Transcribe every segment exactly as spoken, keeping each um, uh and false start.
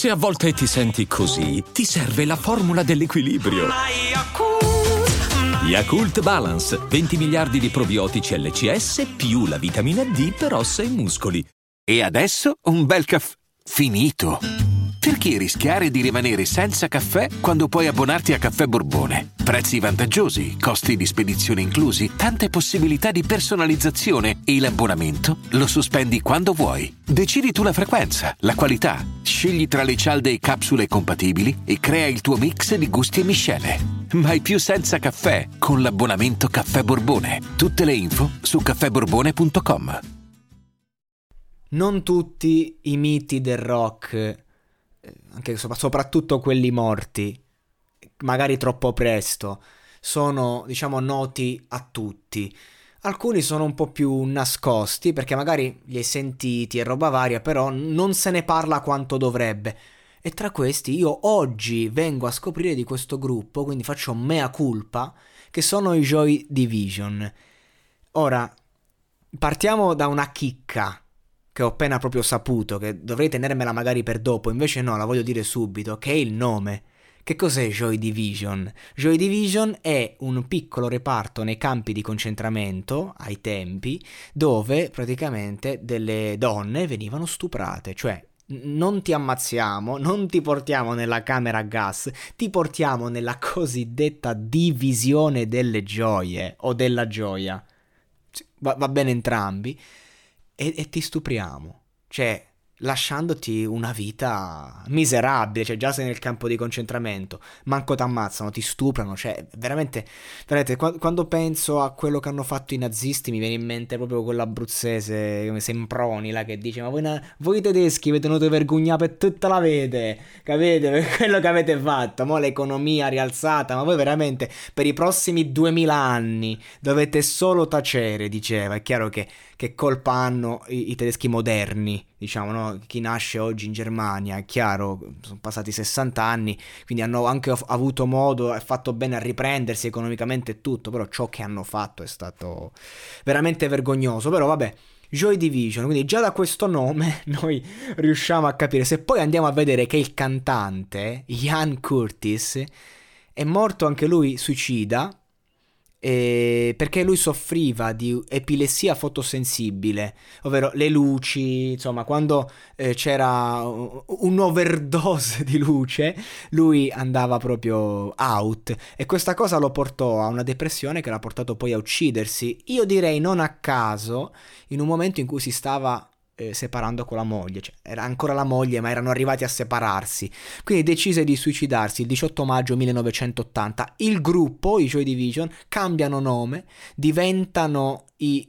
Se a volte ti senti così, ti serve la formula dell'equilibrio. Yakult Balance, venti miliardi di probiotici L C S più la vitamina D per ossa e muscoli. E adesso un bel caffè finito. Perché rischiare di rimanere senza caffè quando puoi abbonarti a Caffè Borbone? Prezzi vantaggiosi, costi di spedizione inclusi, tante possibilità di personalizzazione e l'abbonamento lo sospendi quando vuoi. Decidi tu la frequenza, la qualità, scegli tra le cialde e capsule compatibili e crea il tuo mix di gusti e miscele. Mai più senza caffè con l'abbonamento Caffè Borbone. Tutte le info su caffè borbone punto com. Non tutti i miti del rock, anche soprattutto quelli morti, magari troppo presto, sono, diciamo, noti a tutti. Alcuni sono un po' più nascosti perché magari li hai sentiti e roba varia, però non se ne parla quanto dovrebbe. E tra questi io oggi vengo a scoprire di questo gruppo, quindi faccio mea culpa, che sono i Joy Division. Ora, partiamo da una chicca che ho appena proprio saputo, che dovrei tenermela magari per dopo, invece no, la voglio dire subito, che è il nome. Che cos'è Joy Division? Joy Division è un piccolo reparto nei campi di concentramento, ai tempi, dove praticamente delle donne venivano stuprate, cioè non ti ammazziamo, non ti portiamo nella camera a gas, ti portiamo nella cosiddetta divisione delle gioie, o della gioia, va, va bene entrambi, e, e ti stupriamo, cioè lasciandoti una vita miserabile, cioè già sei nel campo di concentramento, manco ti ammazzano, ti stuprano, cioè veramente, veramente quando penso a quello che hanno fatto i nazisti mi viene in mente proprio quell'abruzzese come Semproni là che dice: ma voi, na- voi tedeschi avete tenuto vergogna per tutta la vita, capite, per quello che avete fatto, mo l'economia rialzata, ma voi veramente per i prossimi duemila anni dovete solo tacere, diceva. È chiaro che che colpa hanno i, i tedeschi moderni, diciamo, no? Chi nasce oggi in Germania, è chiaro, sono passati sessanta anni, quindi hanno anche of- avuto modo e fatto bene a riprendersi economicamente e tutto, però ciò che hanno fatto è stato veramente vergognoso. Però vabbè, Joy Division, quindi già da questo nome noi riusciamo a capire. Se poi andiamo a vedere che il cantante, Ian Curtis, è morto anche lui suicida, Eh, perché lui soffriva di epilessia fotosensibile, ovvero le luci, insomma, quando eh, c'era un'overdose di luce, lui andava proprio out, e questa cosa lo portò a una depressione che l'ha portato poi a uccidersi. Io direi non a caso, in un momento in cui si stava eh, separando con la moglie, cioè era ancora la moglie ma erano arrivati a separarsi, quindi decise di suicidarsi il diciotto maggio millenovecentottanta. Il gruppo, i Joy Division, cambiano nome, diventano i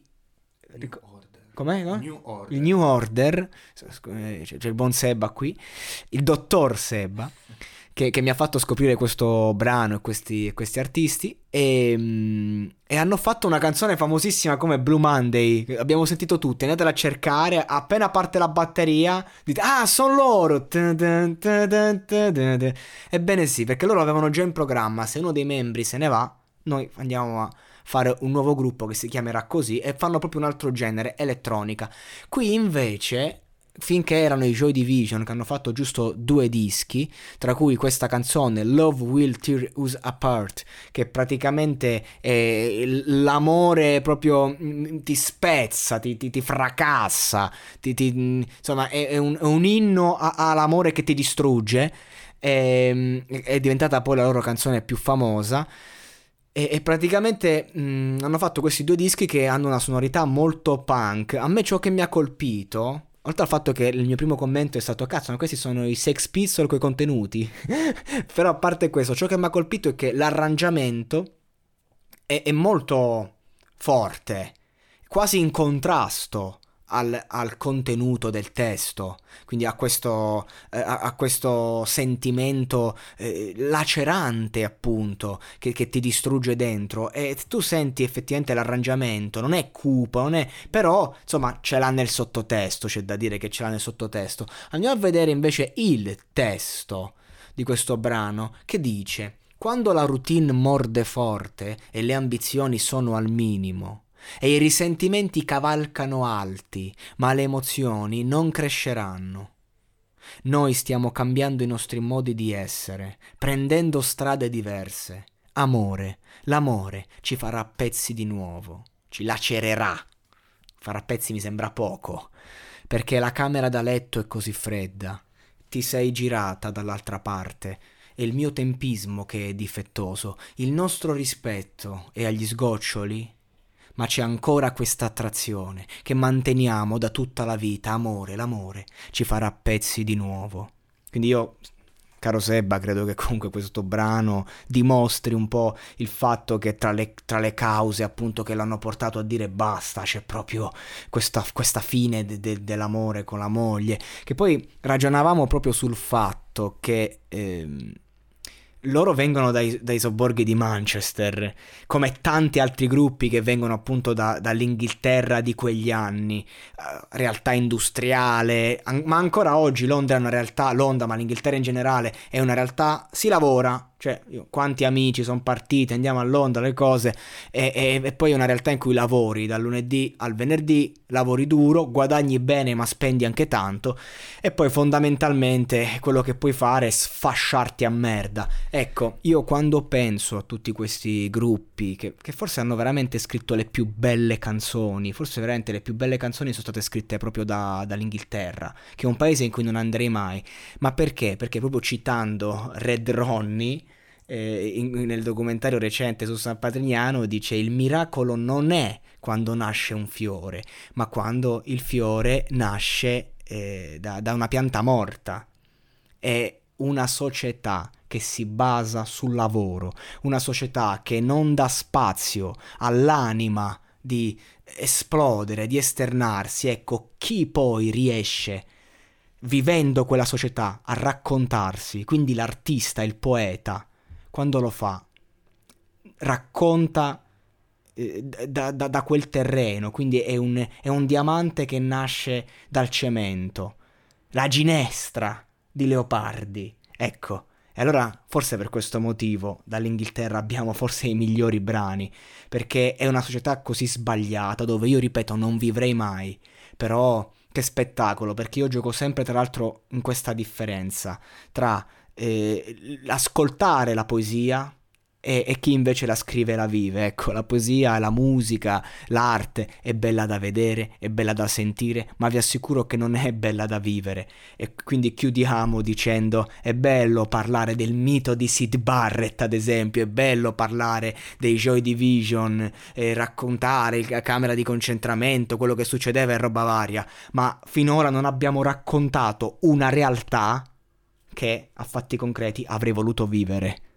com'è? No? New Order. Il New Order, c'è il buon Seba qui, il dottor Seba, che, che mi ha fatto scoprire questo brano e questi, questi artisti, e, mm, e hanno fatto una canzone famosissima come Blue Monday, che abbiamo sentito tutti, andatela a cercare, appena parte la batteria dite: ah, sono loro. Ebbene sì, perché loro avevano già in programma, se uno dei membri se ne va, noi andiamo a fare un nuovo gruppo che si chiamerà così, e fanno proprio un altro genere, elettronica. Qui invece, finché erano i Joy Division, che hanno fatto giusto due dischi, tra cui questa canzone Love Will Tear Us Apart, che praticamente è l'amore proprio ti spezza, ti, ti, ti fracassa, ti, ti, insomma è, è, un, è un inno a, all'amore che ti distrugge. È, è diventata poi la loro canzone più famosa. E, e praticamente mh, hanno fatto questi due dischi che hanno una sonorità molto punk. A me ciò che mi ha colpito, oltre al fatto che il mio primo commento è stato: cazzo, ma questi sono i Sex Pistols coi contenuti. Però a parte questo, ciò che mi ha colpito è che l'arrangiamento è, è molto forte, quasi in contrasto al, al contenuto del testo, quindi a questo, eh, a, a questo sentimento eh, lacerante, appunto, che, che ti distrugge dentro. E tu senti effettivamente l'arrangiamento, non è cupo, non è, però insomma ce l'ha nel sottotesto, c'è da dire che ce l'ha nel sottotesto. Andiamo a vedere invece il testo di questo brano, che dice: quando la routine morde forte e le ambizioni sono al minimo e i risentimenti cavalcano alti, ma le emozioni non cresceranno. Noi stiamo cambiando i nostri modi di essere, prendendo strade diverse. Amore, l'amore ci farà a pezzi di nuovo, ci lacererà. Farà a pezzi mi sembra poco, perché la camera da letto è così fredda. Ti sei girata dall'altra parte. È il mio tempismo che è difettoso, il nostro rispetto è agli sgoccioli, ma c'è ancora questa attrazione che manteniamo da tutta la vita. Amore, l'amore ci farà a pezzi di nuovo. Quindi io, caro Sebba, credo che comunque questo brano dimostri un po' il fatto che tra le, tra le cause appunto che l'hanno portato a dire basta c'è proprio questa, questa fine de, de, dell'amore con la moglie, che poi ragionavamo proprio sul fatto che ehm, loro vengono dai, dai sobborghi di Manchester, come tanti altri gruppi che vengono appunto da, dall'Inghilterra di quegli anni, uh, realtà industriale, an- ma ancora oggi Londra è una realtà, Londra, ma l'Inghilterra in generale è una realtà, si lavora, cioè io, quanti amici sono partiti, andiamo a Londra, le cose, e, e, e poi è una realtà in cui lavori dal lunedì al venerdì, lavori duro, guadagni bene ma spendi anche tanto, e poi fondamentalmente quello che puoi fare è sfasciarti a merda. Ecco, io quando penso a tutti questi gruppi che, che forse hanno veramente scritto le più belle canzoni, forse veramente le più belle canzoni sono state scritte proprio da, dall'Inghilterra, che è un paese in cui non andrei mai. Ma perché? Perché proprio citando Red Ronnie, eh, in, nel documentario recente su San Patrignano, dice: il miracolo non è quando nasce un fiore, ma quando il fiore nasce eh, da, da una pianta morta. È una società che si basa sul lavoro, una società che non dà spazio all'anima di esplodere, di esternarsi. Ecco, chi poi riesce, vivendo quella società, a raccontarsi, quindi l'artista, il poeta, quando lo fa, racconta eh, da, da, da quel terreno, quindi è un, è un diamante che nasce dal cemento, la ginestra di Leopardi, ecco. E allora forse per questo motivo dall'Inghilterra abbiamo forse i migliori brani, perché è una società così sbagliata dove io ripeto non vivrei mai, però che spettacolo, perché io gioco sempre tra l'altro in questa differenza tra eh, ascoltare la poesia e, e chi invece la scrive e la vive. Ecco, la poesia, la musica, l'arte è bella da vedere, è bella da sentire, ma vi assicuro che non è bella da vivere. E quindi chiudiamo dicendo: è bello parlare del mito di Syd Barrett, ad esempio, è bello parlare dei Joy Division, eh, raccontare la camera di concentramento, quello che succedeva e roba varia, ma finora non abbiamo raccontato una realtà che a fatti concreti avrei voluto vivere.